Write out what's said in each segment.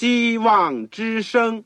希望之声。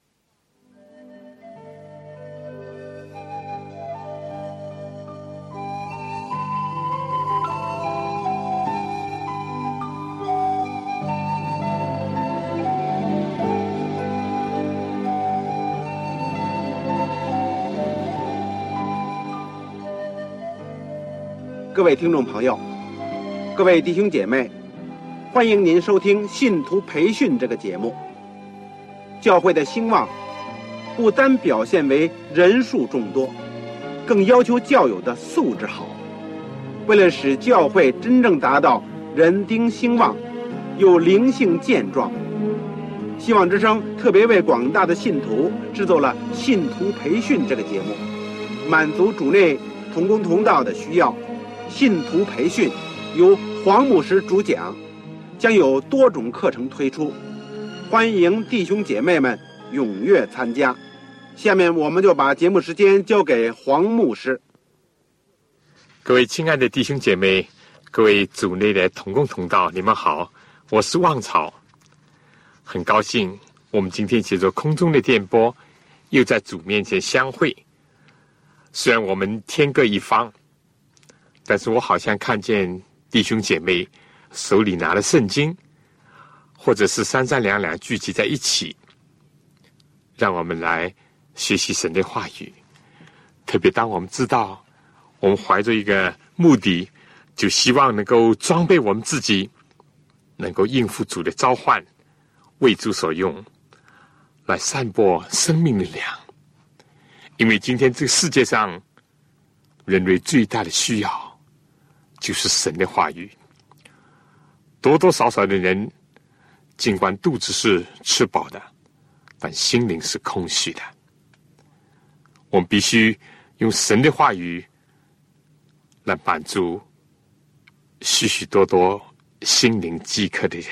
各位听众朋友，各位弟兄姐妹，欢迎您收听信徒培训这个节目。教会的兴旺不单表现为人数众多，更要求教友的素质好。为了使教会真正达到人丁兴旺又灵性健壮，希望之声特别为广大的信徒制作了信徒培训这个节目，满足主内同工同道的需要。信徒培训由黄牧师主讲，将有多种课程推出，欢迎弟兄姐妹们踊跃参加。下面我们就把节目时间交给黄牧师。 各位亲爱的弟兄姐妹，各位主内的同工同道，你们好，我是旺草，很高兴我们今天借着空中的电波又在主面前相会。虽然我们天各一方，但是我好像看见弟兄姐妹手里拿了圣经，或者是三三两两聚集在一起，让我们来学习神的话语。特别当我们知道我们怀着一个目的，就希望能够装备我们自己，能够应付主的召唤，为主所用，来散播生命的粮。因为今天这个世界上人类最大的需要就是神的话语。多多少少的人尽管肚子是吃饱的，但心灵是空虚的。我们必须用神的话语来满足许许多多心灵饥渴的人。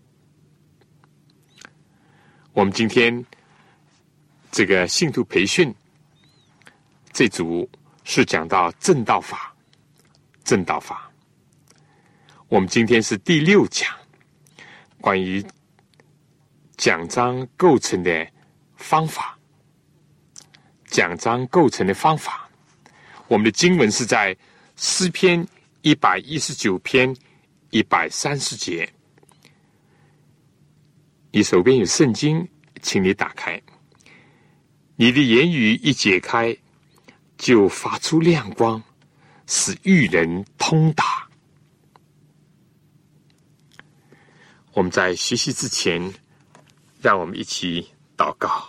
我们今天这个信徒培训这组是讲到正道法。正道法，我们今天是第6讲，关于讲章构成的方法。讲章构成的方法，我们的经文是在诗篇119篇130节。你手边有圣经，请你打开。你的言语一解开，就发出亮光，使愚人通达。我们在学习之前，让我们一起祷告。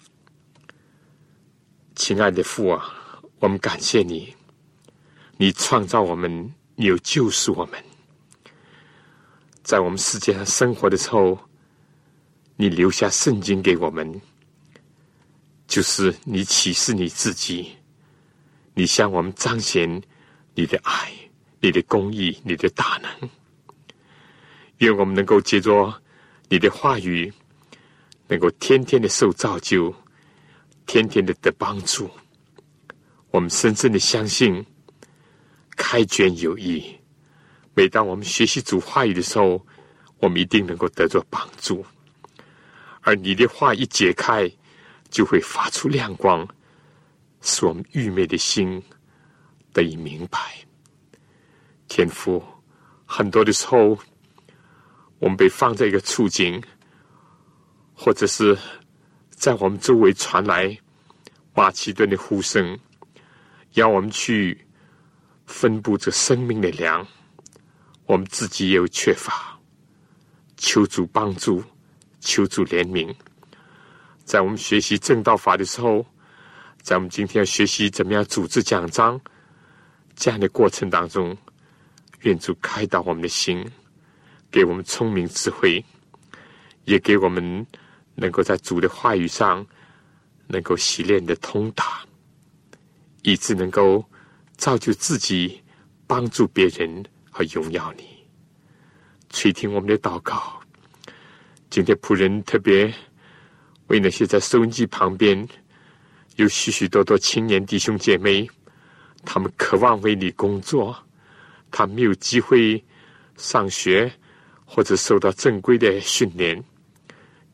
亲爱的父啊，我们感谢你，你创造我们，你有救赎我们。在我们世界上生活的时候，你留下圣经给我们，就是你启示你自己，你向我们彰显你的爱，你的公义，你的大能。愿我们能够借着你的话语，能够天天的受造就，天天的得帮助。我们深深的相信开卷有益，每当我们学习主话语的时候，我们一定能够得着帮助。而你的话一解开，就会发出亮光，使我们愚昧的心得以明白。天父，很多的时候我们被放在一个处境，或者是在我们周围传来马其顿的呼声，要我们去分布这生命的粮，我们自己也有缺乏，求主帮助，求主怜悯。在我们学习正道法的时候，在我们今天要学习怎么样组织讲章这样的过程当中，愿主开导我们的心，给我们聪明智慧，也给我们能够在主的话语上能够习练的通达，以致能够造就自己，帮助别人和荣耀你。垂听我们的祷告。今天仆人特别为那些在收音机旁边有许许多多青年弟兄姐妹，他们渴望为你工作，他没有机会上学或者受到正规的训练，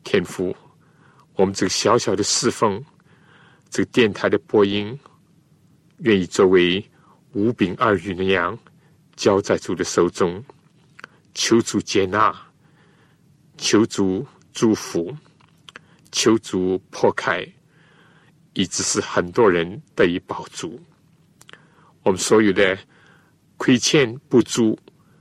天父，我们这个小小的侍奉，这个电台的播音，愿意作为五饼二鱼那样交在主的手中，求主接纳，求主祝福，求主破开，以致是很多人得以饱足。我们所有的亏欠不足，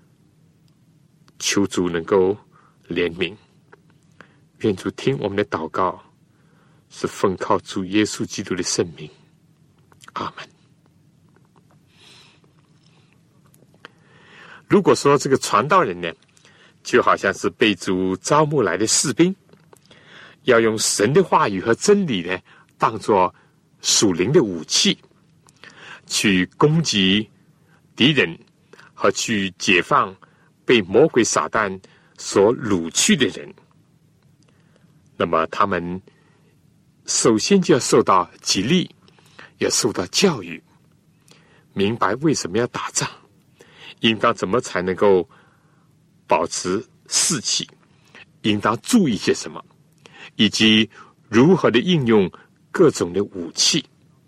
求主能够怜悯。愿主听我们的祷告，是奉靠主耶稣基督的圣名。阿们。如果说这个传道人呢，就好像是被主招募来的士兵，要用神的话语和真理呢，当作属灵的武器，去攻击敌人和去解放被魔鬼撒旦所掳去的人，那么他们首先就要受到激励，要受到教育，明白为什么要打仗，应当怎么才能够保持士气，应当注意些什么，以及如何的应用各种的武器。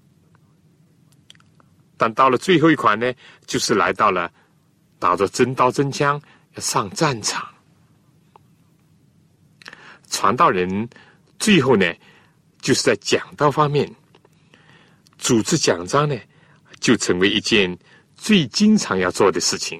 但到了最后一款呢，就是来到了打着真刀真枪要上战场。传道人最后呢，就是在讲道方面组织讲章呢，就成为一件最经常要做的事情。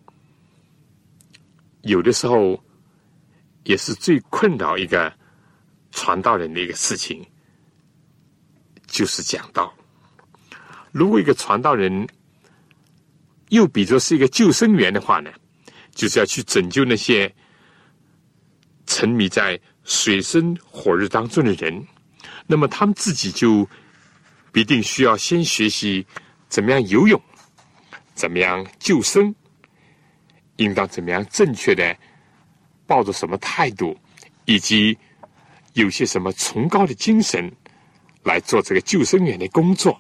有的时候也是最困扰一个传道人的一个事情，就是讲道。如果一个传道人又比作是一个救生员的话呢，就是要去拯救那些沉迷在水深火热当中的人，那么他们自己就必定需要先学习怎么样游泳，怎么样救生，应当怎么样正确的抱着什么态度，以及有些什么崇高的精神来做这个救生员的工作。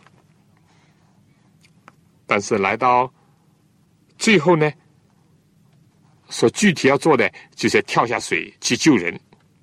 但是来到最后呢，所具体要做的就是跳下水去救人。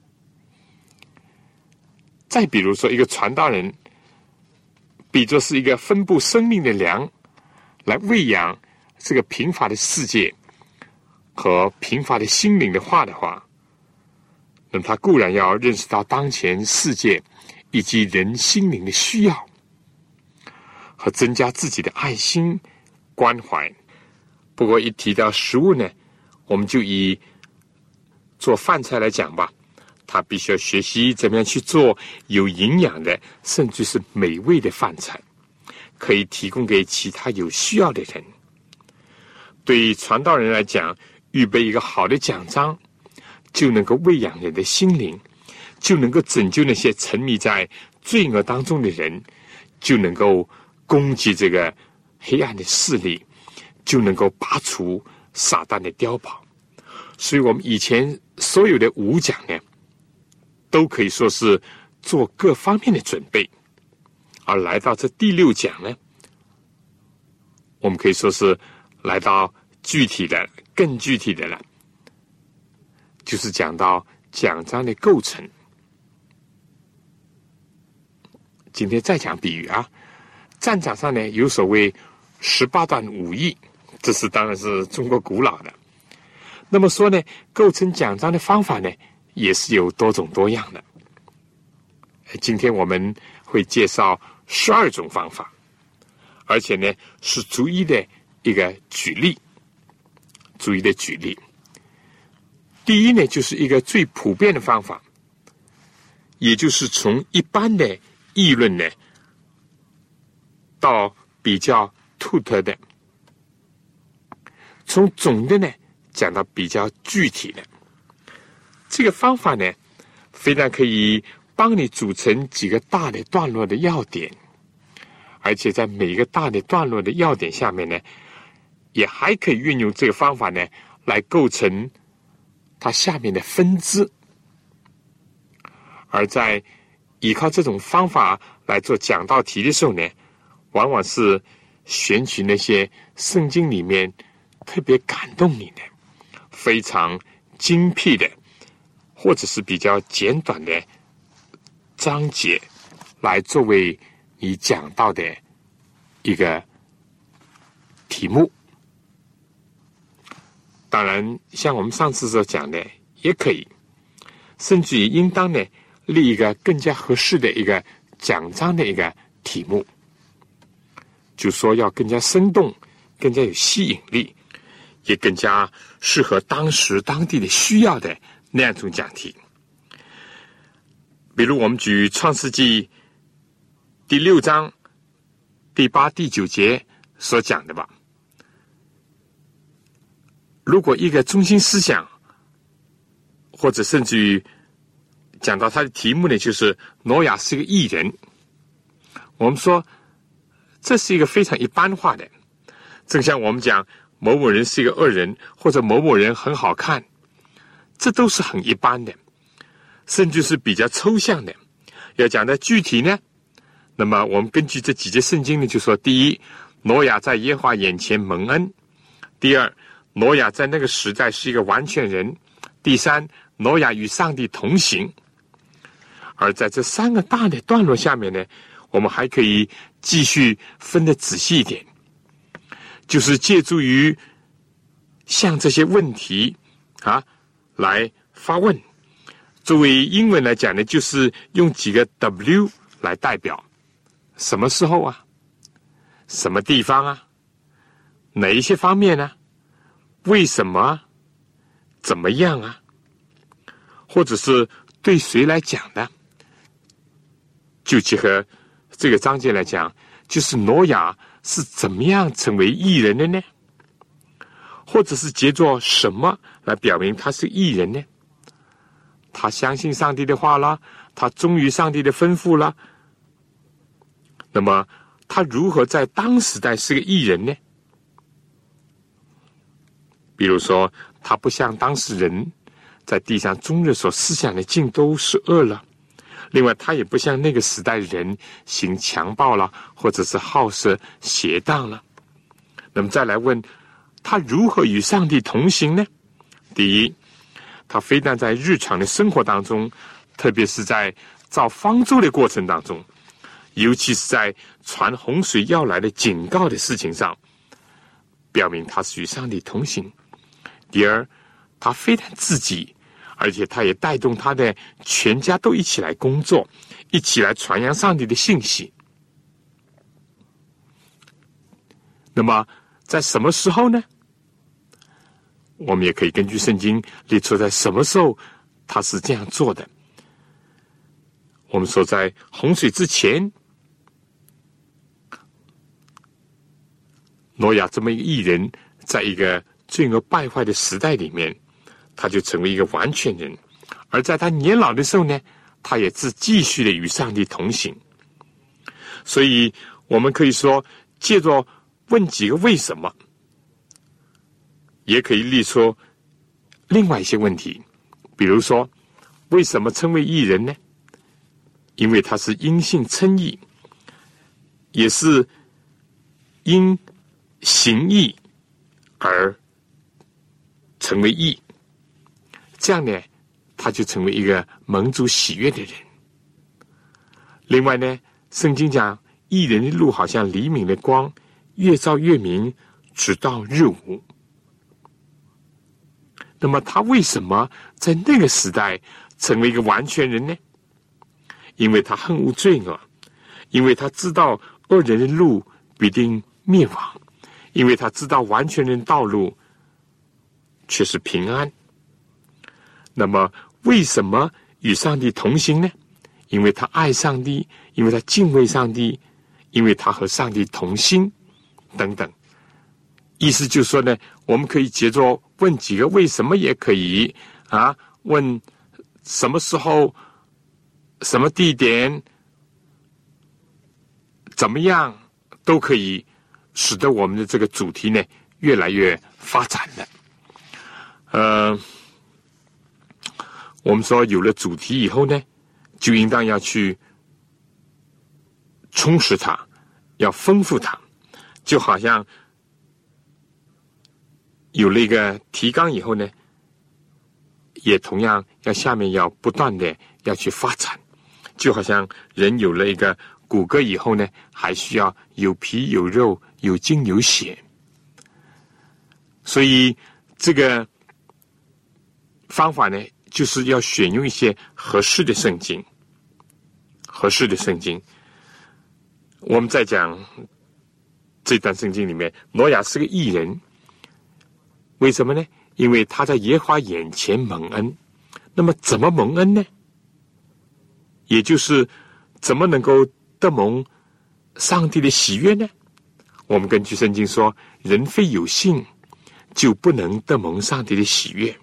再比如说，一个传道人比作是一个分布生命的粮，来喂养这个贫乏的世界和贫乏的心灵的话，那么他固然要认识到当前世界以及人心灵的需要，和增加自己的爱心关怀。不过一提到食物呢，我们就以做饭菜来讲吧，他必须要学习怎么样去做有营养的，甚至是美味的饭菜，可以提供给其他有需要的人。对于传道人来讲，预备一个好的讲章，就能够喂养人的心灵，就能够拯救那些沉迷在罪恶当中的人，就能够攻击这个黑暗的势力，就能够拔除撒旦的碉堡。所以我们以前所有的5讲呢，都可以说是做各方面的准备，而来到这第6讲呢，我们可以说是来到具体的更具体的了，就是讲到讲章的构成。今天再讲比喻啊，战场上呢有所谓18段武艺，这是当然是中国古老的。那么说呢，构成讲章的方法呢，也是有多种多样的。今天我们会介绍12种方法，而且呢是逐一的一个举例。第一呢，就是一个最普遍的方法，也就是从一般的议论呢，到比较突特的，从总的呢讲到比较具体的。这个方法呢，非但可以帮你组成几个大的段落的要点，而且在每一个大的段落的要点下面呢，也还可以运用这个方法呢，来构成它下面的分支。而在依靠这种方法来做讲道题的时候呢，往往是选取那些圣经里面特别感动你的、非常精辟的， 或者是比较简短的章节来作为你讲到的一个题目。当然像我们上次所讲的也可以，甚至于应当呢立一个更加合适的一个讲章的一个题目，就说要更加生动，更加有吸引力，也更加适合当时当地的需要的那样一种讲题。比如我们举创世纪第6章第8、第9节所讲的吧。如果一个中心思想，或者甚至于讲到他的题目呢，就是挪亚是一个义人，我们说这是一个非常一般化的，正像我们讲某某人是一个恶人，或者某某人很好看，这都是很一般的，甚至是比较抽象的。要讲的具体呢，那么我们根据这几节圣经呢，就说第一，挪亚在耶和华眼前蒙恩；第二，挪亚在那个时代是一个完全人；第三，挪亚与上帝同行。而在这3个大的段落下面呢，我们还可以继续分得仔细一点，就是借助于像这些问题来发问。作为英文来讲呢，就是用几个 W 来代表，什么时候啊，什么地方啊，哪一些方面呢，为什么啊，怎么样啊，或者是对谁来讲的。就结合这个章节来讲，就是挪亚是怎么样成为义人的呢？或者是借着什么来表明他是义人呢？他相信上帝的话啦，他忠于上帝的吩咐啦。那么他如何在当时代是个义人呢？比如说，他不像当时人在地上终日所思想的尽都是恶了。另外，他也不像那个时代人行强暴了，或者是好色邪荡了。那么再来问，他如何与上帝同行呢？第一，他非但在日常的生活当中，特别是在造方舟的过程当中，尤其是在传洪水要来的警告的事情上，表明他是与上帝同行。第二，他非但自己，而且他也带动他的全家都一起来工作，一起来传扬上帝的信息。那么在什么时候呢？我们也可以根据圣经列出在什么时候他是这样做的。我们说在洪水之前，挪亚这么一个义人，在一个罪恶败坏的时代里面，他就成为一个完全人。而在他年老的时候呢，他也是继续的与上帝同行。所以我们可以说，借着问几个为什么，也可以列出另外一些问题。比如说，为什么称为义人呢？因为他是因信称义，也是因行义而成为义，这样呢，他就成为一个蒙主喜悦的人。另外呢，圣经讲义人的路好像黎明的光，越照越明，直到日午。那么他为什么在那个时代成为一个完全人呢？因为他恨恶罪恶，因为他知道恶人的路必定灭亡，因为他知道完全人的道路却是平安。那么为什么与上帝同行呢？因为他爱上帝，因为他敬畏上帝，因为他和上帝同心等等。意思就是说呢，我们可以接着问几个为什么也可以问什么时候、什么地点、怎么样都可以，使得我们的这个主题呢越来越发展了。我们说有了主题以后呢，就应当要去充实它，要丰富它，就好像有了一个提纲以后呢， 也同样下面要不断的要去发展，就好像人有了一个骨骼以后呢，还需要有皮有肉有筋有血。所以这个方法呢，就是要选用一些合适的圣经。我们在讲这段圣经里面，挪亚是个义人，为什么呢？因为他在耶和华眼前蒙恩。那么怎么蒙恩呢？也就是怎么能够得蒙上帝的喜悦呢？我们根据圣经说，人非有信就不能得蒙上帝的喜悦。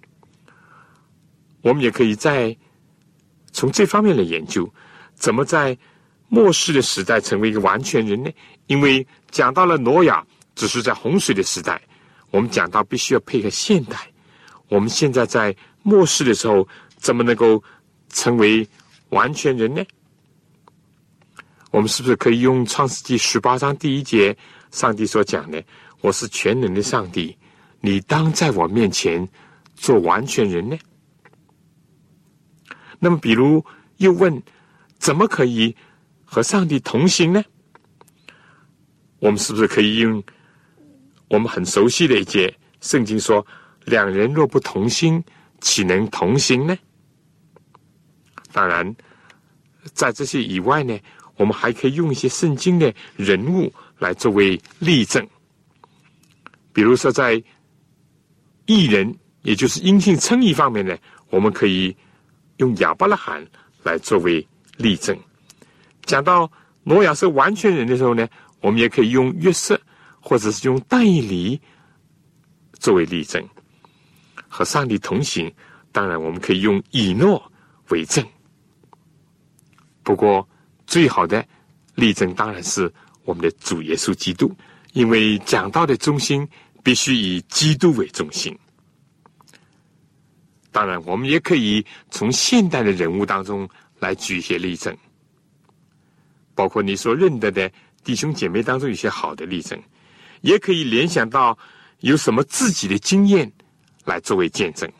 我们也可以从这方面来研究，怎么在末世的时代成为一个完全人呢？因为讲到了挪亚只是在洪水的时代，我们讲到必须要配合现代。我们现在在末世的时候，怎么能够成为完全人呢？我们是不是可以用创世纪18章第1节上帝所讲的，我是全能的上帝，你当在我面前做完全人呢？那么比如又问，怎么可以和上帝同行呢？我们是不是可以用我们很熟悉的一节圣经说，两人若不同心，岂能同行呢？当然在这些以外呢，我们还可以用一些圣经的人物来作为例证。比如说在义人，也就是因信称义方面呢，我们可以用亚伯拉罕来作为例证。讲到挪亚是完全人的时候呢，我们也可以用约瑟或者是用但以理作为例证。和上帝同行，当然我们可以用以诺为证。不过最好的例证当然是我们的主耶稣基督，因为讲道的中心必须以基督为中心。当然我们也可以从现代的人物当中来举一些例证，包括你所认得的弟兄姐妹当中有些好的例证，也可以联想到有什么自己的经验来作为见证。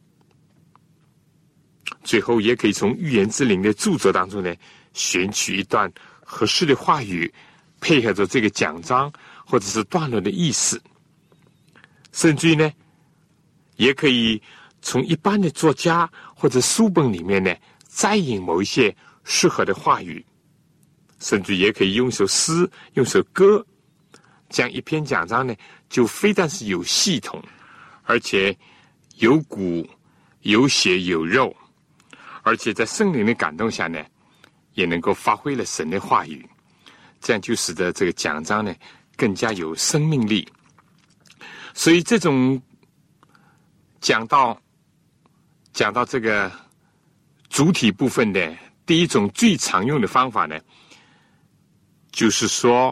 最后也可以从预言之灵的著作当中呢，选取一段合适的话语，配合着这个讲章或者是段落的意思。甚至于呢，也可以从一般的作家或者书本里面呢，摘引某一些适合的话语。甚至也可以用一首诗，用一首歌，这样一篇讲章呢，就非但是有系统，而且有骨有血有肉，而且在圣灵的感动下呢，也能够发挥了神的话语，这样就使得这个讲章呢更加有生命力。所以这种讲到这个主体部分的第一种最常用的方法呢，就是说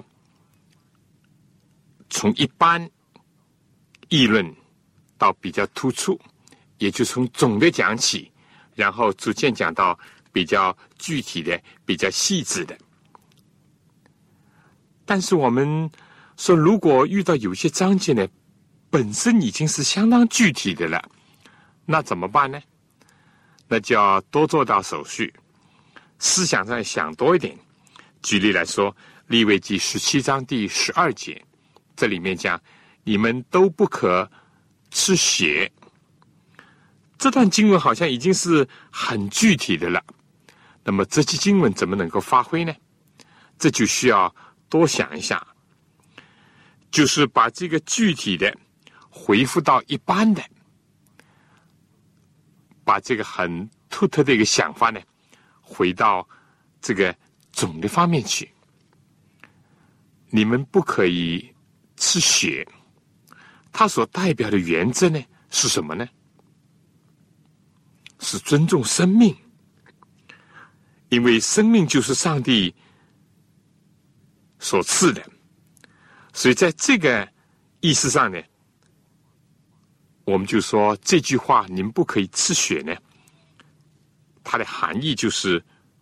从一般议论到比较突出，也就从总的讲起，然后逐渐讲到比较具体的、比较细致的。但是我们说，如果遇到有些章节呢，本身已经是相当具体的了，那怎么办呢？那就要多做到手续，思想上想多一点。举例来说，利未记17章第12节，这里面讲你们都不可吃血。这段经文好像已经是很具体的了，那么这些经文怎么能够发挥呢？这就需要多想一下，就是把这个具体的回复到一般的，把这个很突特的一个想法呢，回到这个总的方面去。你们不可以吃血，它所代表的原则呢是什么呢？是尊重生命，因为生命就是上帝所赐的，所以在这个意思上呢，我们就说这句话你们不可以吃血呢，它的含义就是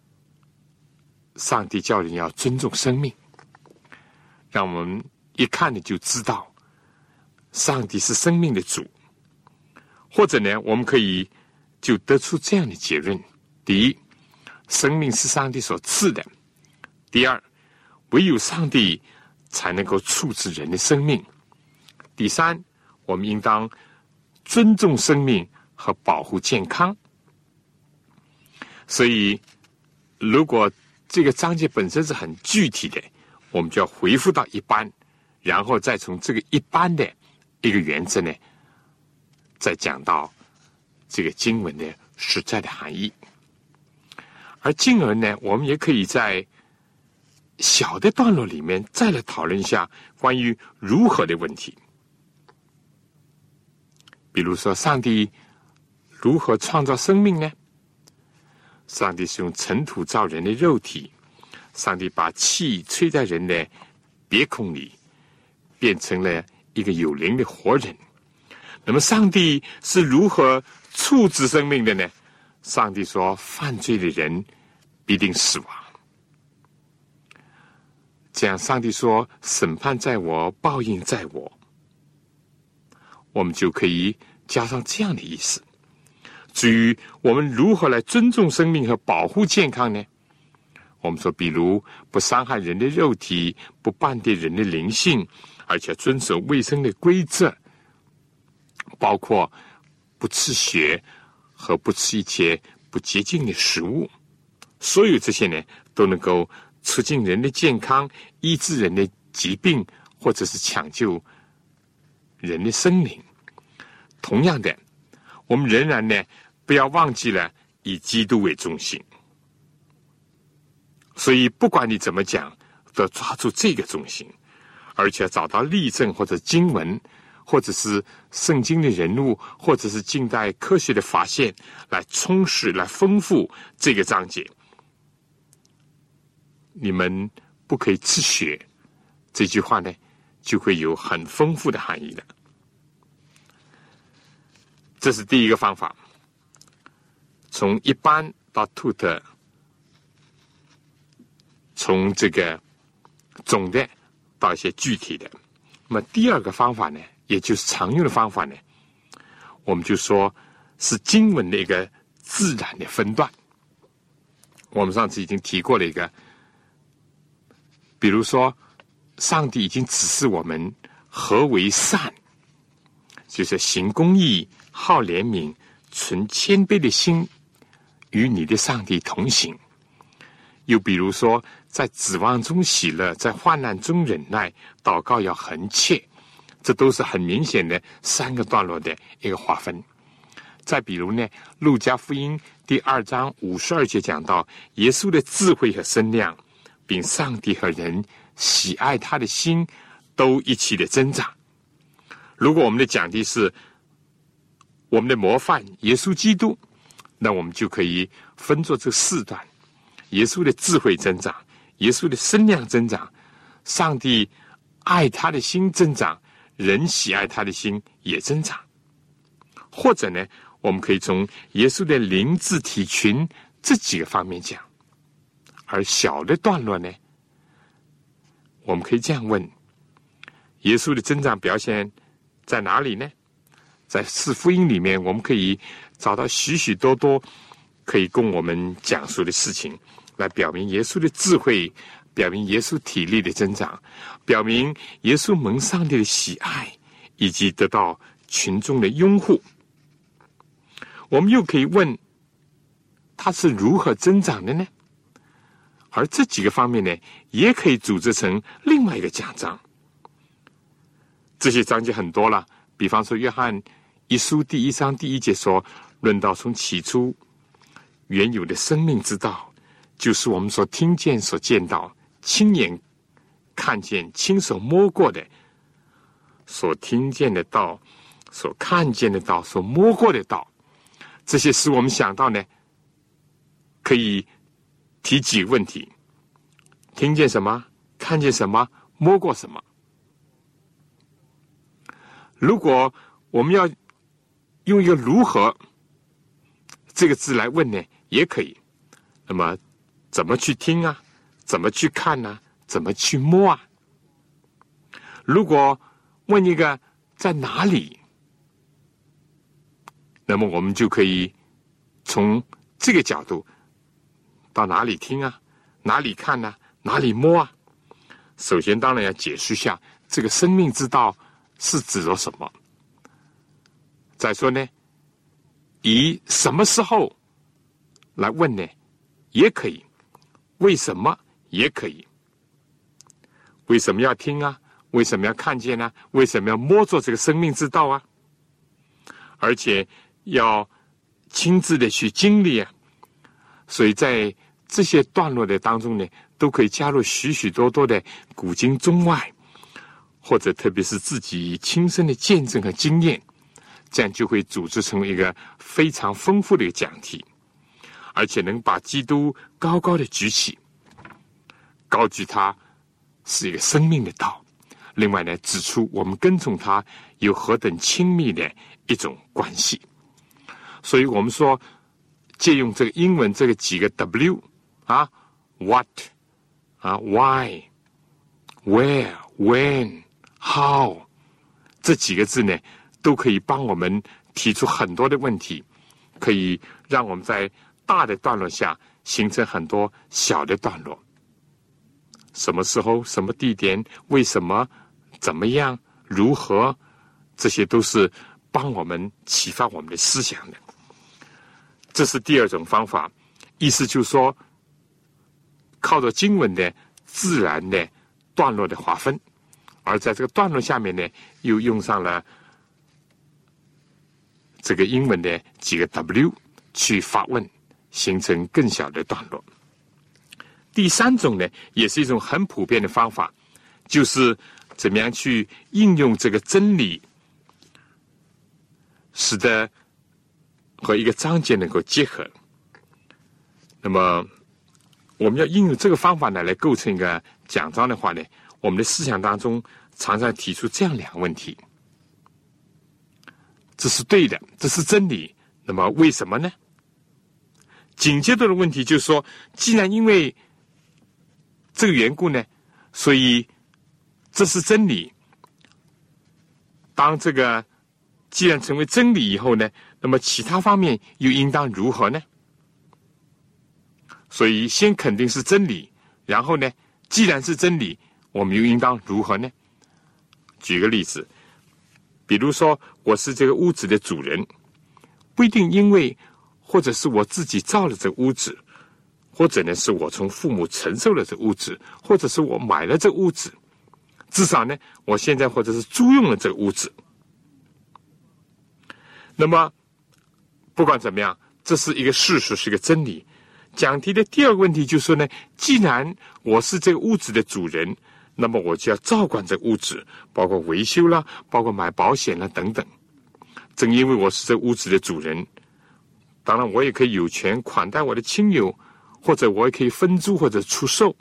上帝叫人要尊重生命，让我们一看呢就知道上帝是生命的主。或者呢，我们可以就得出这样的结论：第一，生命是上帝所赐的；第二，唯有上帝才能够处置人的生命；第三，我们应当尊重生命和保护健康。所以，如果这个章节本身是很具体的，我们就要回复到一般，然后再从这个一般的一个原则呢，再讲到这个经文的实在的含义。而进而呢，我们也可以在小的段落里面再来讨论一下关于如何的问题。比如说，上帝如何创造生命呢？上帝是用尘土造人的肉体，上帝把气吹在人的鼻孔里，变成了一个有灵的活人。那么上帝是如何处置生命的呢？上帝说，犯罪的人必定死亡。这样上帝说，审判在我，报应在我。我们就可以加上这样的意思。至于我们如何来尊重生命和保护健康呢？我们说，比如不伤害人的肉体，不绊跌人的灵性，而且遵守卫生的规则，包括不吃血和不吃一些不洁净的食物。所有这些呢，都能够促进人的健康，医治人的疾病，或者是抢救人的生灵。同样的，我们仍然呢，不要忘记了以基督为中心。所以不管你怎么讲，都要抓住这个中心，而且找到例证或者经文，或者是圣经的人物，或者是近代科学的发现，来充实、来丰富这个章节。你们不可以吃血，这句话呢，就会有很丰富的含义了。这是第一个方法，从一般到兔特，从这个总的到一些具体的。那么第二个方法呢，也就是常用的方法呢，我们就说是经文的一个自然的分段。我们上次已经提过了一个，比如说上帝已经指示我们何为善，就是行公义，好怜悯，存谦卑的心，与你的上帝同行。又比如说，在指望中喜乐，在患难中忍耐，祷告要恒切，这都是很明显的三个段落的一个划分。再比如呢，路加福音第2章52节讲到，耶稣的智慧和身量，并上帝和人喜爱他的心，都一起的增长。如果我们的讲题是我们的模范耶稣基督，那我们就可以分作这4段：耶稣的智慧增长，耶稣的身量增长，上帝爱他的心增长，人喜爱他的心也增长。或者呢，我们可以从耶稣的灵智体群这几个方面讲。而小的段落呢，我们可以这样问：耶稣的增长表现在哪里呢？在4福音里面，我们可以找到许许多多可以供我们讲述的事情，来表明耶稣的智慧，表明耶稣体力的增长，表明耶稣蒙上帝的喜爱，以及得到群众的拥护。我们又可以问，他是如何增长的呢？而这几个方面呢，也可以组织成另外一个讲章。这些章节很多了，比方说约翰一书第1章第1节说，论到从起初原有的生命之道，就是我们所听见、所见到、亲眼看见、亲手摸过的，所听见的道、所看见的道、所摸过的道。这些使我们想到呢，可以提几个问题：听见什么？看见什么？摸过什么？如果我们要用一个如何这个字来问呢，也可以。那么怎么去听啊？怎么去看啊？怎么去摸啊？如果问一个在哪里，那么我们就可以从这个角度，到哪里听啊，哪里看啊，哪里摸啊？首先当然要解释一下这个生命之道是指着什么。再说呢，以什么时候来问呢，也可以，为什么也可以。为什么要听啊？为什么要看见呢？为什么要摸着这个生命之道啊？而且要亲自的去经历啊。所以在这些段落的当中呢，都可以加入许许多多的古今中外，或者特别是自己亲身的见证和经验，这样就会组织成为一个非常丰富的一个讲题，而且能把基督高高的举起，高举他是一个生命的道。另外呢，指出我们跟从他有何等亲密的一种关系。所以我们说，借用这个英文这个几个 W 啊 ，What 啊 ，Why Where When How 这几个字呢，都可以帮我们提出很多的问题，可以让我们在大的段落下形成很多小的段落。什么时候、什么地点、为什么、怎么样、如何，这些都是帮我们启发我们的思想的。这是第二种方法，意思就是说，靠着经文的自然的段落的划分，而在这个段落下面呢，又用上了这个英文的几个 W 去发问，形成更小的段落。第三种呢，也是一种很普遍的方法，就是怎么样去应用这个真理，使得和一个章节能够结合。那么我们要应用这个方法呢，来构成一个讲章的话呢，我们的思想当中常常提出这样两个问题：这是对的，这是真理，那么为什么呢？紧接着的问题就是说，既然因为这个缘故呢，所以这是真理。当这个既然成为真理以后呢，那么其他方面又应当如何呢？所以先肯定是真理，然后呢，既然是真理，我们又应当如何呢？举个例子，比如说我是这个屋子的主人，不一定因为或者是我自己造了这个屋子，或者呢是我从父母承受了这屋子，或者是我买了这屋子，至少呢我现在或者是租用了这个屋子。那么不管怎么样，这是一个事实，是一个真理。讲题的第二个问题就是说呢，既然我是这个屋子的主人，那么我就要照管这个屋子，包括维修啦，包括买保险啦等等。正因为我是这个屋子的主人，当然我也可以有权款待我的亲友，或者我也可以分租或者出售。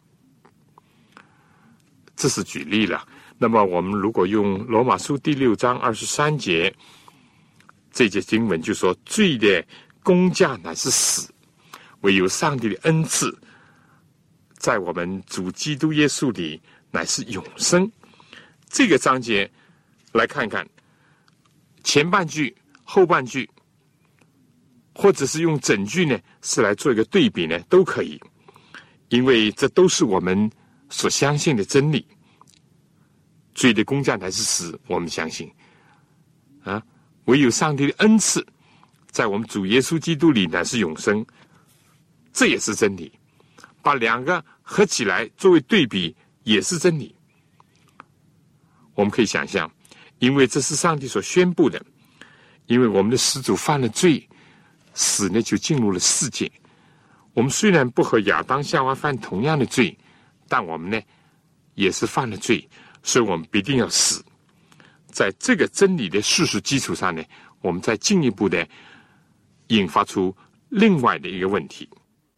这是举例了。那么我们如果用罗马书第6章23节这节经文，就说罪的工价乃是死，唯有上帝的恩赐在我们主基督耶稣里乃是永生。这个章节来看看前半句后半句，或者是用整句呢，是来做一个对比呢，都可以，因为这都是我们所相信的真理。罪的工价乃是死，我们相信啊，唯有上帝的恩赐在我们主耶稣基督里乃是永生，这也是真理。把两个合起来作为对比也是真理。我们可以想象，因为这是上帝所宣布的，因为我们的始祖犯了罪，死呢就进入了世界。我们虽然不和亚当夏娃犯同样的罪，但我们呢也是犯了罪，所以我们必定要死。在这个真理的事实基础上呢，我们再进一步的引发出另外的一个问题。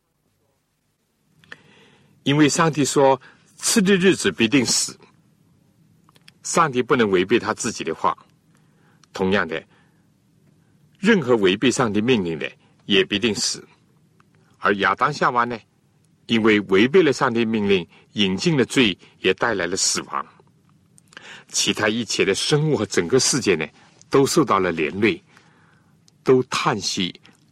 因为上帝说吃的日子必定死，上帝不能违背他自己的话。同样的，任何违背上帝命令的也必定死。而亚当夏娃呢，因为违背了上帝命令，引进了罪，也带来了死亡。其他一切的生物和整个世界呢，都受到了连累，都叹息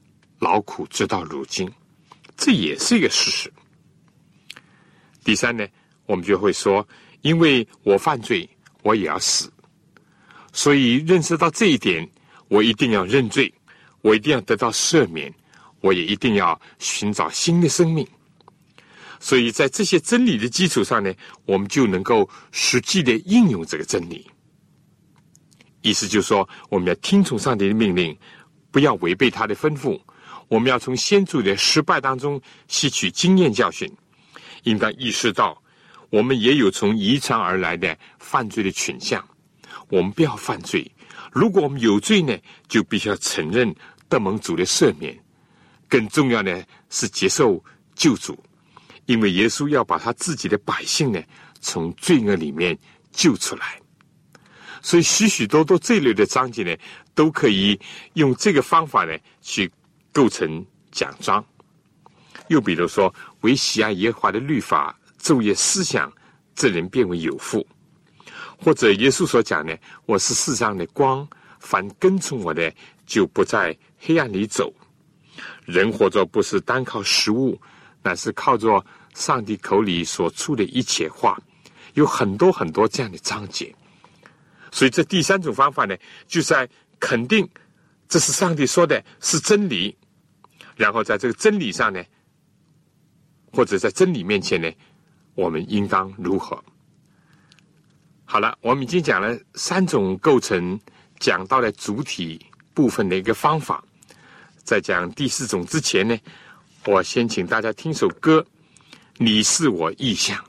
劳苦直到如今，这也是一个事实。第三呢，我们就会说，因为我犯罪，我也要死，所以认识到这一点，我一定要认罪，我一定要得到赦免，我也一定要寻找新的生命。所以在这些真理的基础上呢，我们就能够实际的应用这个真理。意思就是说，我们要听从上帝的命令，不要违背他的吩咐，我们要从先祖的失败当中吸取经验教训，应当意识到我们也有从遗传而来的犯罪的倾向，我们不要犯罪。如果我们有罪呢，就必须要承认得蒙主的赦免，更重要的是接受救主，因为耶稣要把他自己的百姓呢从罪恶里面救出来。所以许许多多这类的章节呢，都可以用这个方法呢去构成讲章。又比如说，为喜爱耶和华的律法昼夜思想，这人变为有福。或者耶稣所讲的，我是世上的光，凡跟从我的就不在黑暗里走。人活着不是单靠食物，乃是靠着上帝口里所出的一切话。有很多很多这样的章节。所以这第三种方法呢，就是在肯定这是上帝说的是真理，然后在这个真理上呢，或者在真理面前呢，我们应当如何。好了，我们已经讲了三种构成讲到的主体部分的一个方法。在讲第四种之前呢，我先请大家听首歌，你是我意象。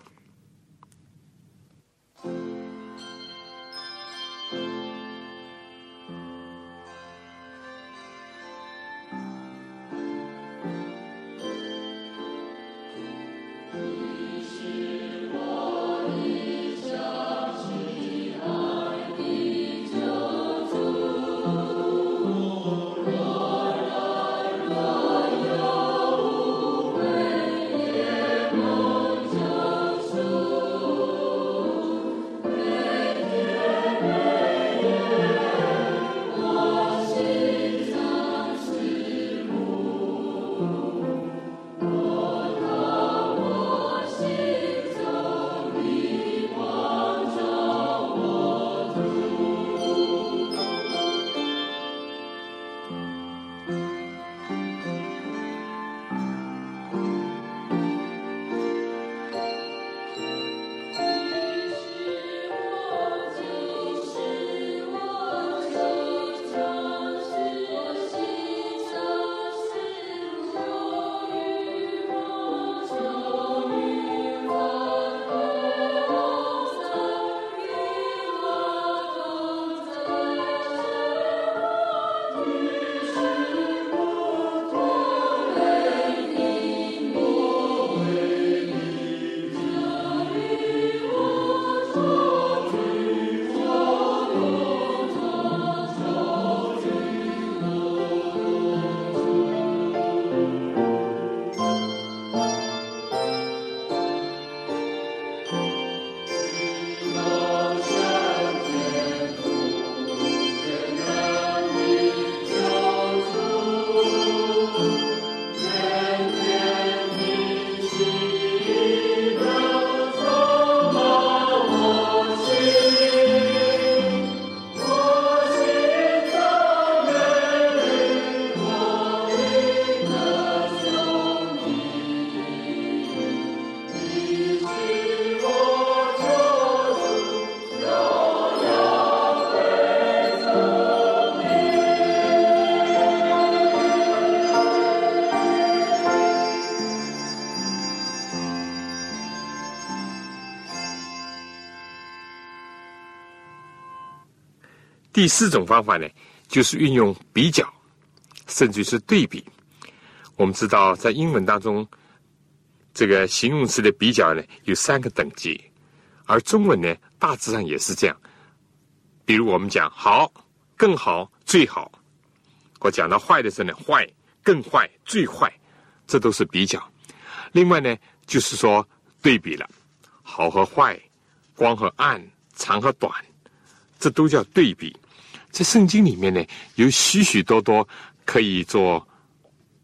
第四种方法呢，就是运用比较，甚至是对比。我们知道，在英文当中，这个形容词的比较呢，有3个等级，而中文呢，大致上也是这样。比如我们讲好、更好、最好，我讲到坏的时候呢，坏、更坏、最坏，这都是比较。另外呢，就是说对比了，好和坏，光和暗，长和短，这都叫对比。在圣经里面呢，有许许多多可以做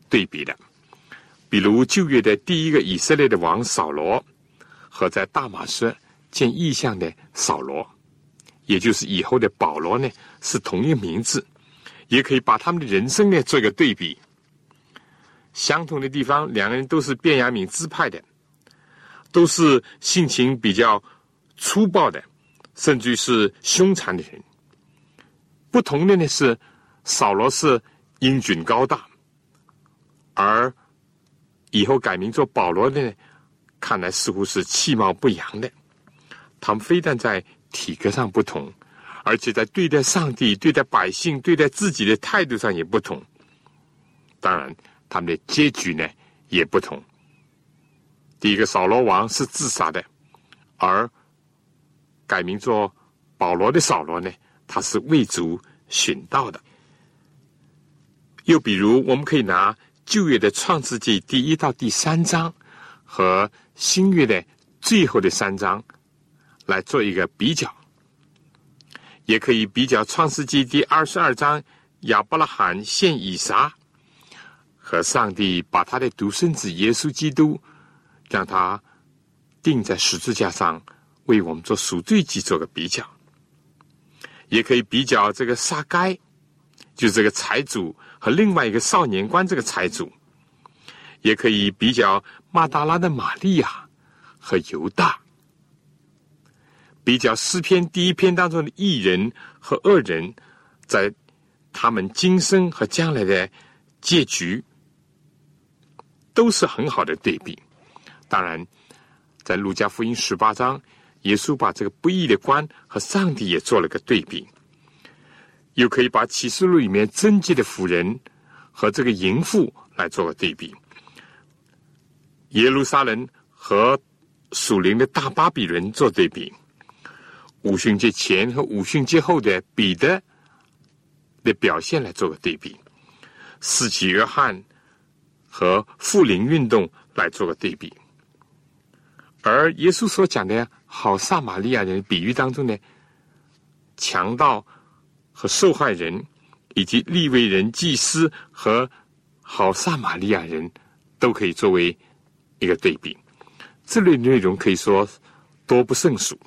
对比的。比如旧约的第一个以色列的王扫罗，和在大马士见异象的扫罗，也就是以后的保罗呢，是同一个名字，也可以把他们的人生呢做一个对比。相同的地方，两个人都是便雅悯支派的，都是性情比较粗暴的，甚至是凶残的人。不同的呢是，扫罗是英俊高大，而以后改名做保罗的呢，看来似乎是其貌不扬的。他们非但在体格上不同，而且在对待上帝、对待百姓、对待自己的态度上也不同。当然他们的结局呢也不同。第一个扫罗王是自杀的，而改名做保罗的扫罗呢，他是为主殉道的。又比如我们可以拿旧约的创世纪第1到第3章和新约的最后的3章来做一个比较，也可以比较创世纪第22章亚伯拉罕献以撒，和上帝把他的独生子耶稣基督让他钉在十字架上为我们做赎罪祭做个比较。也可以比较这个撒该，就是这个财主，和另外一个少年官这个财主。也可以比较马达拉的玛利亚和犹大，比较诗篇第1篇当中的义人和恶人，在他们今生和将来的结局都是很好的对比。当然在路加福音18章，耶稣把这个不义的官和上帝也做了个对比。又可以把启示录里面贞洁的妇人和这个淫妇来做个对比。耶路撒冷和属灵的大巴比伦做对比，五旬节前和五旬节后的彼得的表现来做个对比，施洗约翰和复临运动来做个对比。而耶稣所讲的好撒玛利亚人比喻当中呢，强盗和受害人，以及利未人、祭司和好撒玛利亚人都可以作为一个对比。这类内容可以说多不胜数。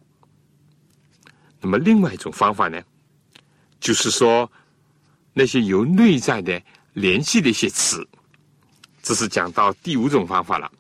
那么另外一种方法呢，就是说那些有内在的联系的一些词，这是讲到第5种方法了。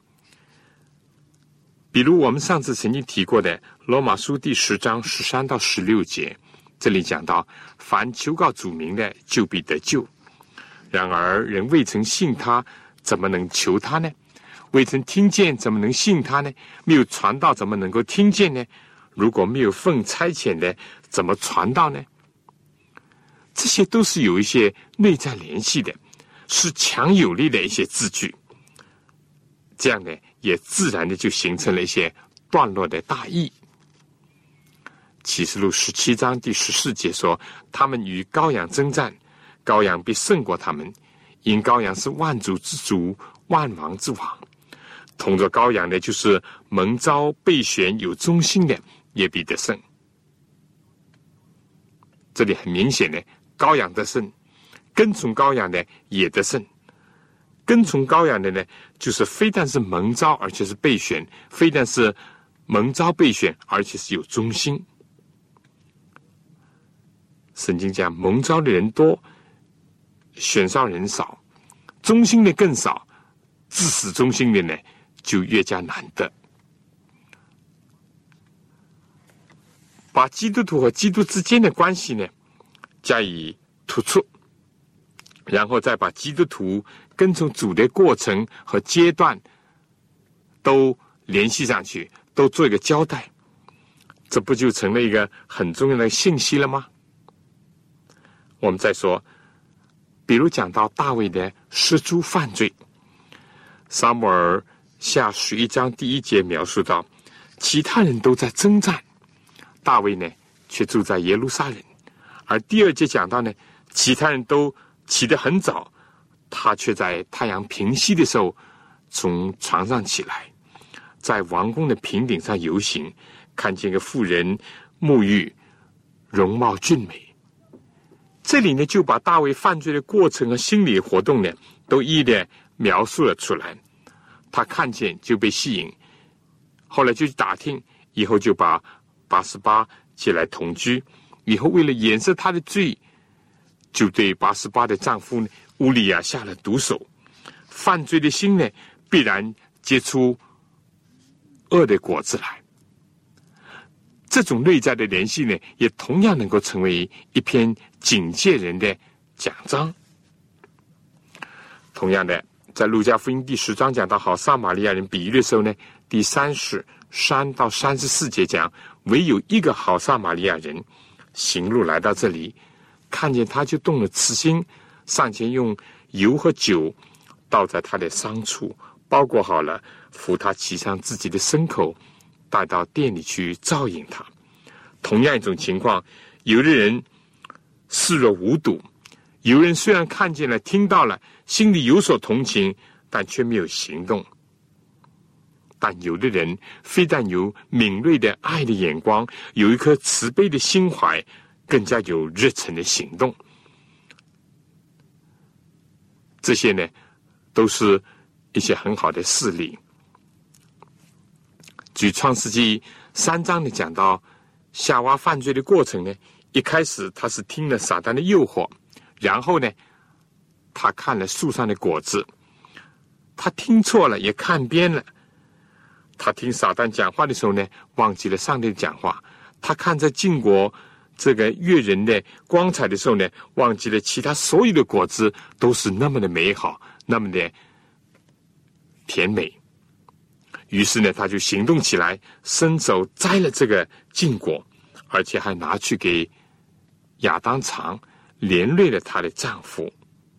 比如我们上次曾经提过的罗马书第10章13到16节，这里讲到凡求告主名的，就必得救。然而人未曾信他，怎么能求他呢？未曾听见，怎么能信他呢？没有传道，怎么能够听见呢？如果没有奉差遣的，怎么传道呢？这些都是有一些内在联系的，是强有力的一些字句。这样呢，也自然的就形成了一些段落的大意。启示录17章第14节说，他们与羔羊征战，羔羊必胜过他们，因羔羊是万主之主，万王之王。同着羔羊的，就是蒙召备选有忠心的，也必得胜。这里很明显的，羔羊得胜，跟从羔羊的也得胜。跟从羔羊的呢，就是非但是蒙召，而且是备选；非但是蒙召备选，而且是有忠心。圣经讲，蒙召的人多，选上人少，忠心的更少，至死忠心的呢，就越加难得。把基督徒和基督之间的关系呢加以突出，然后再把基督徒跟从主的过程和阶段都联系上去，都做一个交代，这不就成了一个很重要的信息了吗？我们再说，比如讲到大卫的失诸犯罪，撒母耳下11章第1节描述到，其他人都在征战，大卫呢却住在耶路撒冷。而第2节讲到呢，其他人都起得很早，他却在太阳平息的时候从床上起来，在王宫的平顶上游行，看见一个妇人沐浴，容貌俊美。这里呢就把大卫犯罪的过程和心理活动呢都一一的描述了出来。他看见就被吸引，后来就去打听，以后就把拔示巴接来同居，以后为了掩饰他的罪，就对拔示巴的丈夫乌利亚下了毒手。犯罪的心呢，必然结出恶的果子来。这种内在的联系呢，也同样能够成为一篇警戒人的讲章。同样的，在路加福音第10章讲到好撒玛利亚人比喻的时候呢，第33到34节讲，唯有一个好撒玛利亚人行路来到这里，看见他就动了慈心，上前用油和酒倒在他的伤处，包裹好了，扶他骑上自己的牲口，带到店里去照应他。同样一种情况，有的人视若无睹，有人虽然看见了听到了，心里有所同情，但却没有行动。但有的人非但有敏锐的爱的眼光，有一颗慈悲的心怀，更加有热忱的行动。这些呢，都是一些很好的事例。举创世纪3章呢，讲到夏娃犯罪的过程呢，一开始他是听了撒旦的诱惑，然后呢，他看了树上的果子，他听错了，也看偏了。他听撒旦讲话的时候呢，忘记了上帝的讲话；他看着禁果这个悦人的光彩的时候呢，忘记了其他所有的果子都是那么的美好，那么的甜美。于是呢，他就行动起来，伸手摘了这个禁果，而且还拿去给亚当尝，连累了她的丈夫，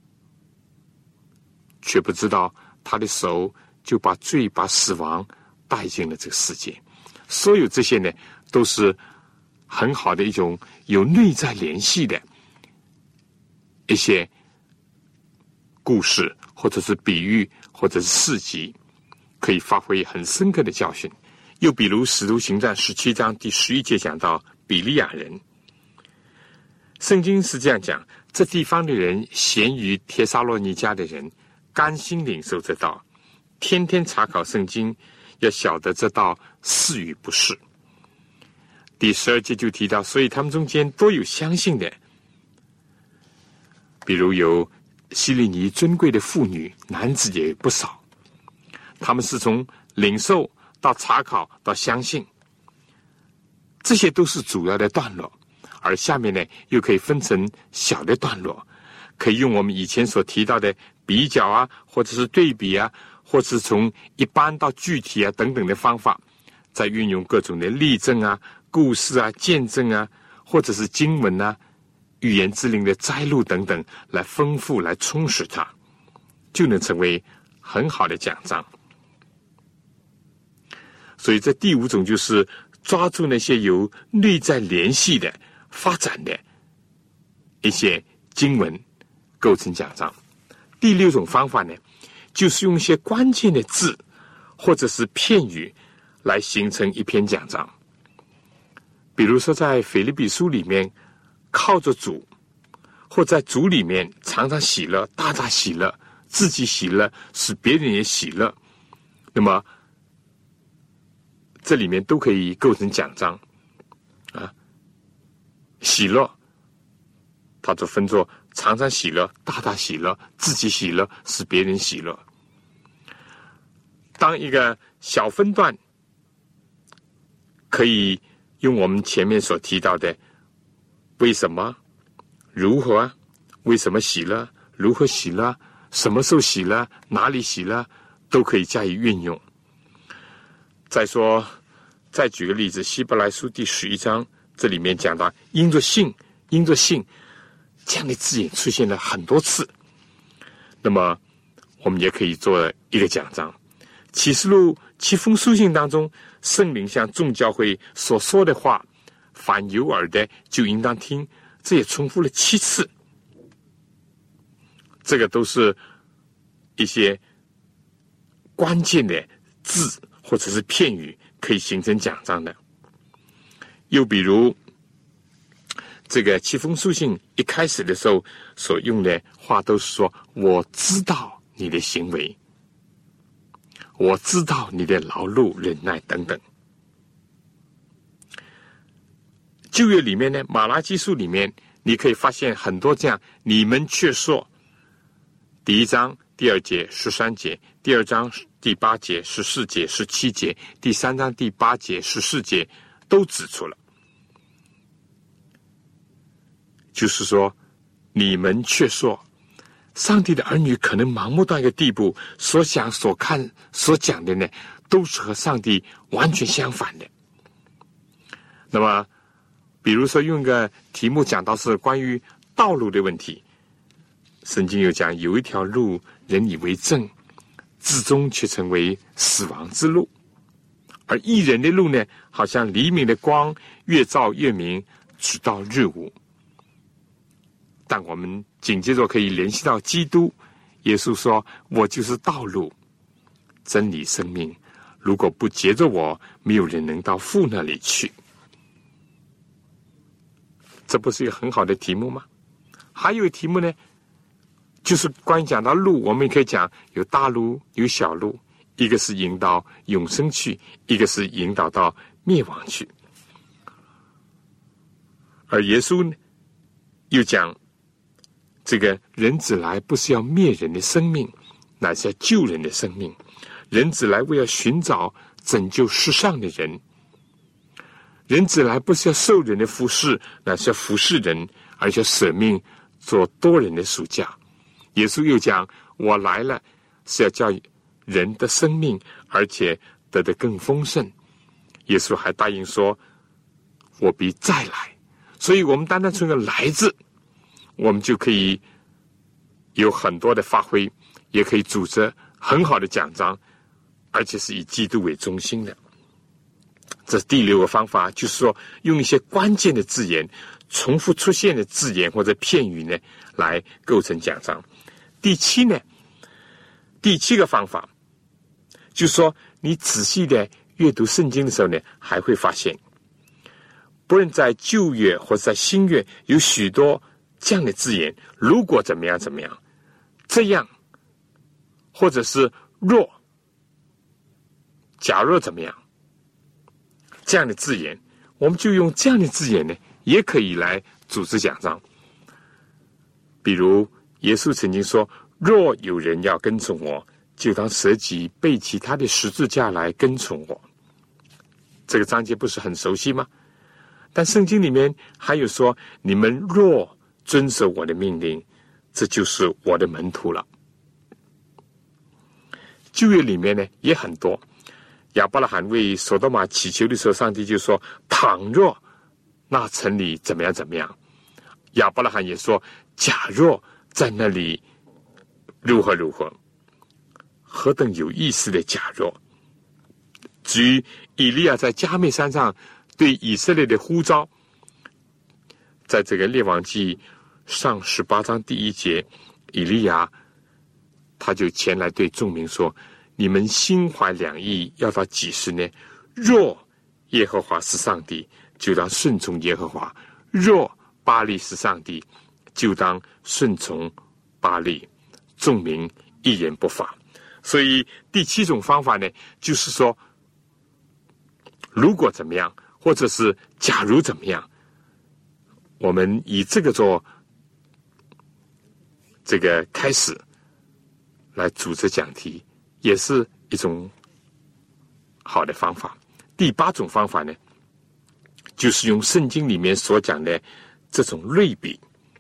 却不知道他的手就把罪、把死亡带进了这个世界。所有这些呢，都是很好的一种有内在联系的一些故事，或者是比喻，或者是事迹，可以发挥很深刻的教训。又比如《使徒行传》17章第11节讲到比利亚人，圣经是这样讲：这地方的人咸于帖撒罗尼迦的人，甘心领受这道，天天查考圣经，要晓得这道是与不是。第12节就提到，所以他们中间多有相信的，比如有希利尼尊贵的妇女，男子也不少。他们是从领受到查考到相信，这些都是主要的段落。而下面呢，又可以分成小的段落，可以用我们以前所提到的比较啊，或者是对比啊，或者是从一般到具体啊等等的方法，再运用各种的例证啊、故事啊、见证啊，或者是经文啊、预言之灵的摘录等等，来丰富、来充实它，就能成为很好的讲章。所以这第5种就是抓住那些有内在联系的、发展的一些经文，构成讲章。第6种方法呢，就是用一些关键的字或者是片语来形成一篇讲章。比如说在腓立比书里面，靠着主，或在主里面常常喜乐，大大喜乐，自己喜乐，使别人也喜乐，那么这里面都可以构成讲章啊。喜乐它就分作常常喜乐、大大喜乐、自己喜乐、使别人喜乐。当一个小分段可以用我们前面所提到的为什么、如何、为什么喜乐、如何喜乐、什么时候喜乐、哪里喜乐，都可以加以运用。再举个例子，希伯来书第11章，这里面讲到因着信，因着信，这样的字眼出现了很多次。那么我们也可以做一个讲章。启示录7封书信当中，圣灵向众教会所说的话，凡有耳的就应当听，这也重复了7次。这个都是一些关键的字或者是片语，可以形成讲章的。又比如这个7封书信一开始的时候所用的话，都是说我知道你的行为，我知道你的劳碌、忍耐等等。旧约里面呢，马拉基书里面，你可以发现很多这样，你们却说，第1章第2节、13节，第2章第8节、14节、17节，第3章第8节、14节都指出了，就是说，你们却说，上帝的儿女可能盲目到一个地步，所想、所看、所讲的呢，都是和上帝完全相反的。那么，比如说用一个题目讲到是关于道路的问题，圣经有讲，有一条路人以为正，至终却成为死亡之路。而义人的路呢，好像黎明的光，越照越明，直到日午。但我们紧接着可以联系到基督，耶稣说，我就是道路、真理、生命，如果不藉着我，没有人能到父那里去。这不是一个很好的题目吗？还有一个题目呢，就是关于讲到路，我们也可以讲有大路有小路，一个是引导永生去，一个是引导到灭亡去。而耶稣呢，又讲这个人子来不是要灭人的生命，乃是要救人的生命。人子来为要寻找拯救世上的人。人子来不是要受人的服侍，乃是要服侍人，而且舍命做多人的赎价。耶稣又讲，我来了是要叫人的生命，而且得更丰盛。耶稣还答应说，我必再来。所以我们单单从一个来字，我们就可以有很多的发挥，也可以组织很好的讲章，而且是以基督为中心的。这是第6个方法，就是说用一些关键的字眼，重复出现的字眼或者片语呢，来构成讲章。第7个方法，就是说你仔细的阅读圣经的时候呢，还会发现，不论在旧约或者在新约，有许多这样的字眼，如果怎么样怎么样，这样，或者是若，假若怎么样，这样的字眼，我们就用这样的字眼呢，也可以来组织讲章。比如耶稣曾经说，若有人要跟从我，就当舍己，背起他的十字架来跟从我。这个章节不是很熟悉吗？但圣经里面还有说，你们若遵守我的命令，这就是我的门徒了。旧约里面呢也很多，亚伯拉罕为所多玛祈求的时候，上帝就说，倘若那城里怎么样怎么样，亚伯拉罕也说，假若在那里如何如何，何等有意思的假若。至于以利亚在迦密山上对以色列的呼召，在这个列王记上18章第1节，以利亚他就前来对众民说，你们心怀两意，要到几时呢？若耶和华是上帝，就当顺从耶和华；若巴力是上帝，就当顺从巴力。众民一言不发。所以第7种方法呢，就是说，如果怎么样，或者是假如怎么样，我们以这个做这个开始来组织讲题，也是一种好的方法。第8种方法呢，就是用圣经里面所讲的这种类比。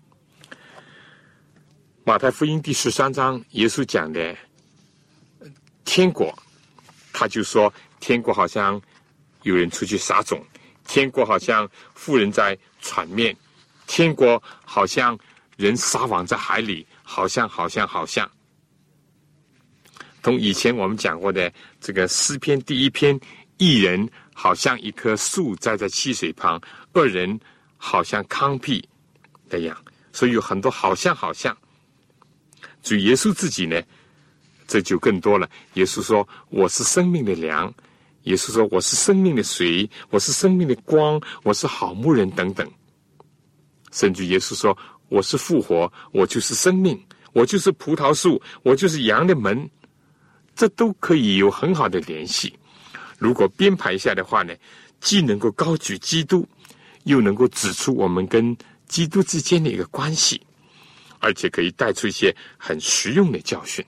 马太福音第13章，耶稣讲的天国，他就说天国好像有人出去撒种，天国好像妇人在船面，天国好像人撒网在海里，好像。同以前我们讲过的这个诗篇第1篇，一人好像一棵树栽在溪水旁，二人好像糠秕那样，所以有很多好像。至于耶稣自己呢，这就更多了。耶稣说，我是生命的粮，耶稣说，我是生命的水，我是生命的光，我是好牧人等等。甚至耶稣说，我是复活，我就是生命， 我就是葡萄树，我就是羊的门，这都可以有很好的联系。如果编排一下的话呢，既能够高举基督，又能够指出我们跟基督之间的一个关系，而且可以带出一些很实用的教训。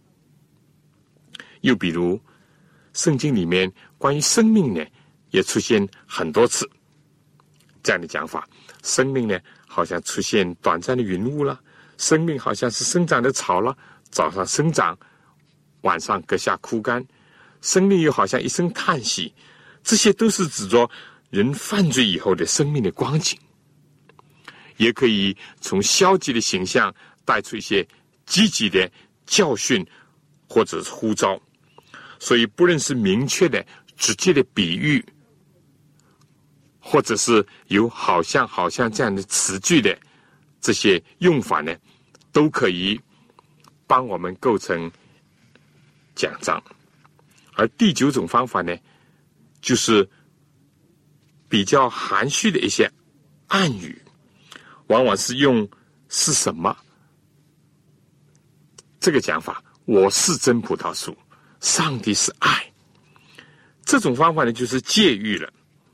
又比如圣经里面关于生命呢，也出现很多次这样的讲法。生命呢好像出现短暂的云雾了，生命好像是生长的草了，早上生长，晚上割下枯干，生命又好像一声叹息，这些都是指着人犯罪以后的生命的光景。也可以从消极的形象带出一些积极的教训或者是呼召。所以不论是明确的直接的比喻，或者是有好像这样的词句的这些用法呢，都可以帮我们构成讲章。而第9种方法呢，就是比较含蓄的一些暗语，往往是用是什么这个讲法，我是真葡萄树，上帝是爱。这种方法呢，就是借喻了。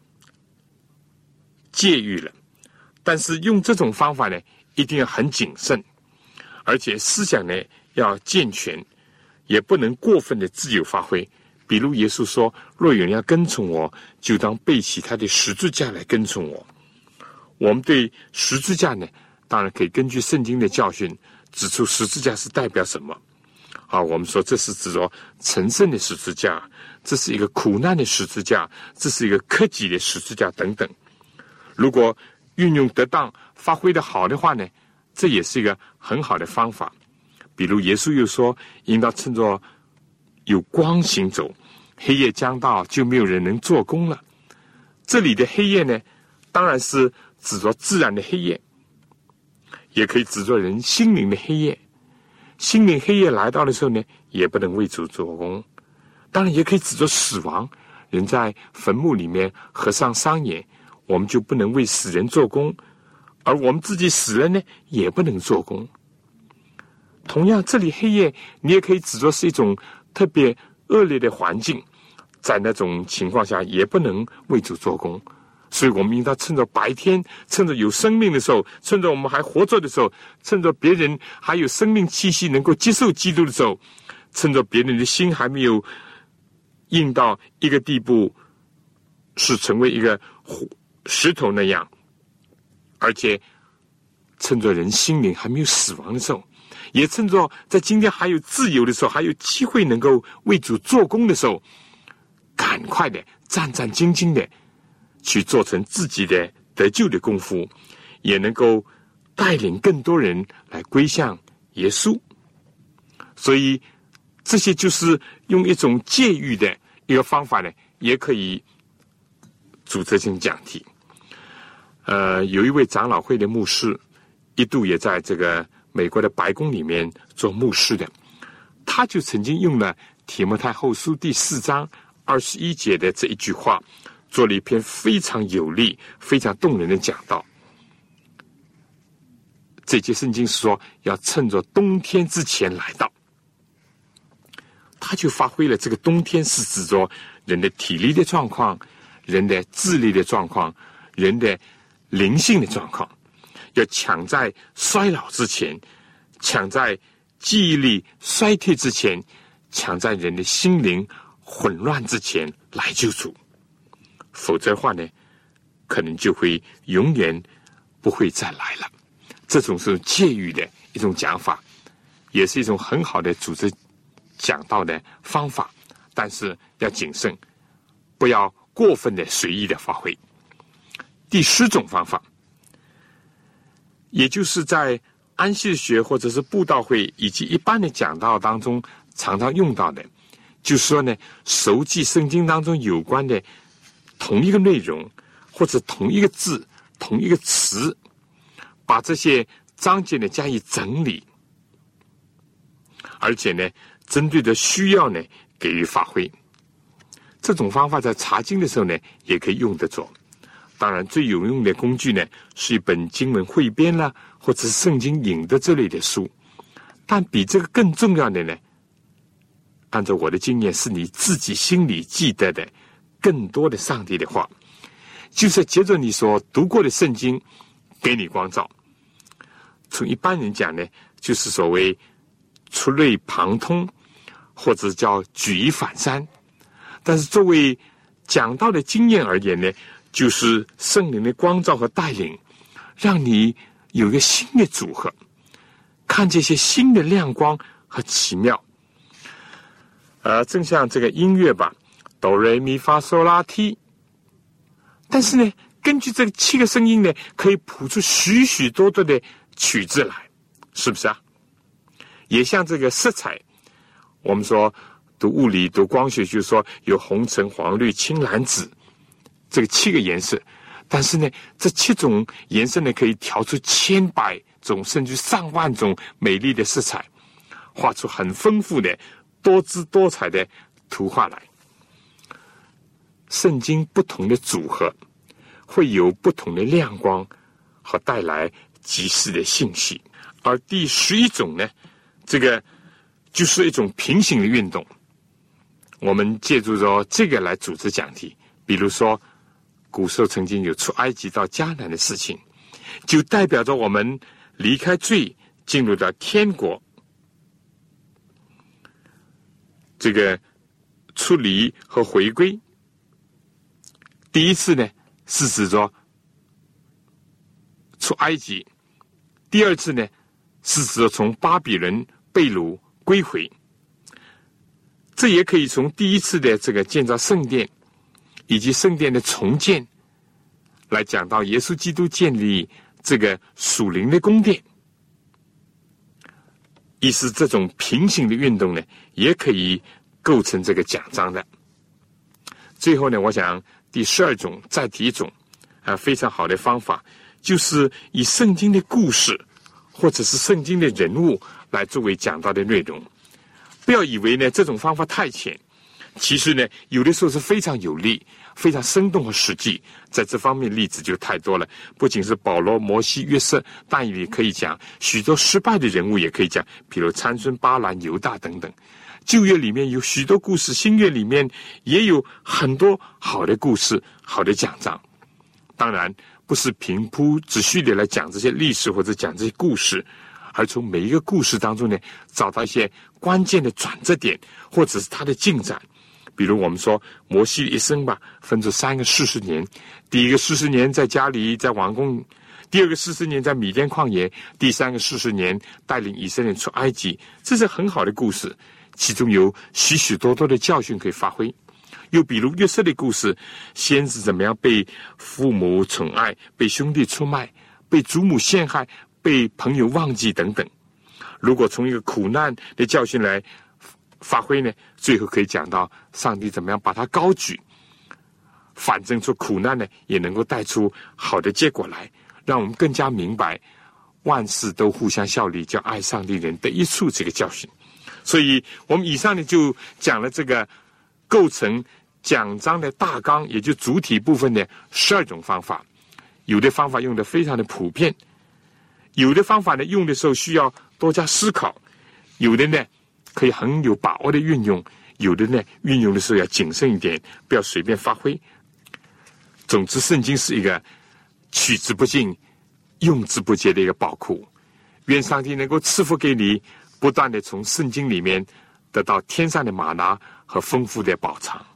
但是用这种方法呢，一定要很谨慎，而且思想呢要健全，也不能过分的自由发挥。比如耶稣说，若有人要跟从我，就当背起他的十字架来跟从我。我们对十字架呢，当然可以根据圣经的教训指出十字架是代表什么。我们说这是指着成圣的十字架，这是一个苦难的十字架，这是一个克己的十字架等等。如果运用得当，发挥得好的话呢，这也是一个很好的方法。比如耶稣又说，应当趁着有光行走，黑夜将到，就没有人能做工了。这里的黑夜呢，当然是指着自然的黑夜，也可以指着人心灵的黑夜。心灵黑夜来到的时候呢，也不能为主做工。当然也可以指着死亡，人在坟墓里面合上双眼，我们就不能为死人做工，而我们自己死了呢，也不能做工。同样，这里黑夜你也可以指着是一种特别恶劣的环境，在那种情况下也不能为主做工。所以我们应当趁着白天，趁着有生命的时候，趁着我们还活着的时候，趁着别人还有生命气息能够接受基督的时候，趁着别人的心还没有硬到一个地步是成为一个石头那样，而且趁着人心灵还没有死亡的时候，也趁着在今天还有自由的时候，还有机会能够为主做工的时候，赶快的战战兢兢的去做成自己的得救的功夫，也能够带领更多人来归向耶稣。所以这些就是用一种借喻的一个方法呢，也可以组织性讲题。有一位长老会的牧师，一度也在这个美国的白宫里面做牧师的，他就曾经用了提摩太后书第4章21节的这一句话，做了一篇非常有力、非常动人的讲道。这节圣经是说要趁着冬天之前来到，他就发挥了这个冬天是指着人的体力的状况、人的智力的状况、人的灵性的状况，要抢在衰老之前，抢在记忆力衰退之前，抢在人的心灵混乱之前来救主。否则的话呢，可能就会永远不会再来了。这种是借喻的一种讲法，也是一种很好的组织讲道的方法，但是要谨慎，不要过分的随意的发挥。第10种方法，也就是在安息学或者是布道会以及一般的讲道当中常常用到的，就是说呢，熟记圣经当中有关的同一个内容或者同一个字、同一个词，把这些章节呢加以整理，而且呢针对的需要呢给予发挥。这种方法在查经的时候呢也可以用得着。当然最有用的工具呢是一本经文汇编啦，或者是圣经引的这类的书。 但比这个更重要的呢，按照我的经验，是你自己心里记得的更多的上帝的话，就是接着你所读过的圣经给你光照。从一般人讲呢，就是所谓触类旁通，或者叫举一反三。但是作为讲道的经验而言呢，就是圣灵的光照和带领，让你有一个新的组合，看这些新的亮光和奇妙。正像这个音乐吧，哆来咪发嗦拉提，但是呢，根据这个7个声音呢，可以谱出许许多多的曲子来，是不是啊？也像这个色彩，我们说读物理读光学，就是说有红橙黄绿青蓝紫这个7个颜色，但是呢，这7种颜色呢，可以调出千百种甚至上万种美丽的色彩，画出很丰富的多姿多彩的图画来。圣经不同的组合会有不同的亮光和带来即时的信息。而第11种呢，这个就是一种平行的运动，我们借助着这个来组织讲题。比如说古时候曾经有出埃及到迦南的事情，就代表着我们离开罪进入到天国，这个出离和回归。第一次呢是指着出埃及，第二次呢是指着从巴比伦被掳归回。这也可以从第一次的这个建造圣殿以及圣殿的重建来讲到耶稣基督建立这个属灵的宫殿。意思这种平行的运动呢，也可以构成这个讲章的。最后呢，我想第12种再提一种非常好的方法，就是以圣经的故事或者是圣经的人物来作为讲道的内容。不要以为呢这种方法太浅，其实呢有的时候是非常有力非常生动和实际。在这方面例子就太多了，不仅是保罗、摩西、约瑟、但以理可以讲，许多失败的人物也可以讲，比如参孙、巴兰、犹大等等。旧约里面有许多故事，新约里面也有很多好的故事好的讲章。当然不是平铺直叙的来讲这些历史或者讲这些故事，而从每一个故事当中呢，找到一些关键的转折点，或者是它的进展。比如我们说摩西的一生吧，分出3个40年，第一个40年在家里在王宫，第二个40年在米甸旷野，第3个40年带领以色列出埃及。这是很好的故事，其中有许许多多的教训可以发挥。又比如约瑟的故事，先是怎么样被父母宠爱，被兄弟出卖，被祖母陷害，被朋友忘记等等。如果从一个苦难的教训来发挥呢，最后可以讲到上帝怎么样把它高举，反正出苦难呢也能够带出好的结果来，让我们更加明白万事都互相效力，叫爱上帝人得益处这个教训。所以我们以上呢就讲了这个构成讲章的大纲，也就主体部分的12种方法。有的方法用得非常的普遍，有的方法呢用的时候需要多加思考，有的呢可以很有把握的运用，有的呢运用的时候要谨慎一点，不要随便发挥。总之圣经是一个取之不尽用之不竭的一个宝库，愿上帝能够赐福给你，不断的从圣经里面得到天上的玛拿和丰富的宝藏。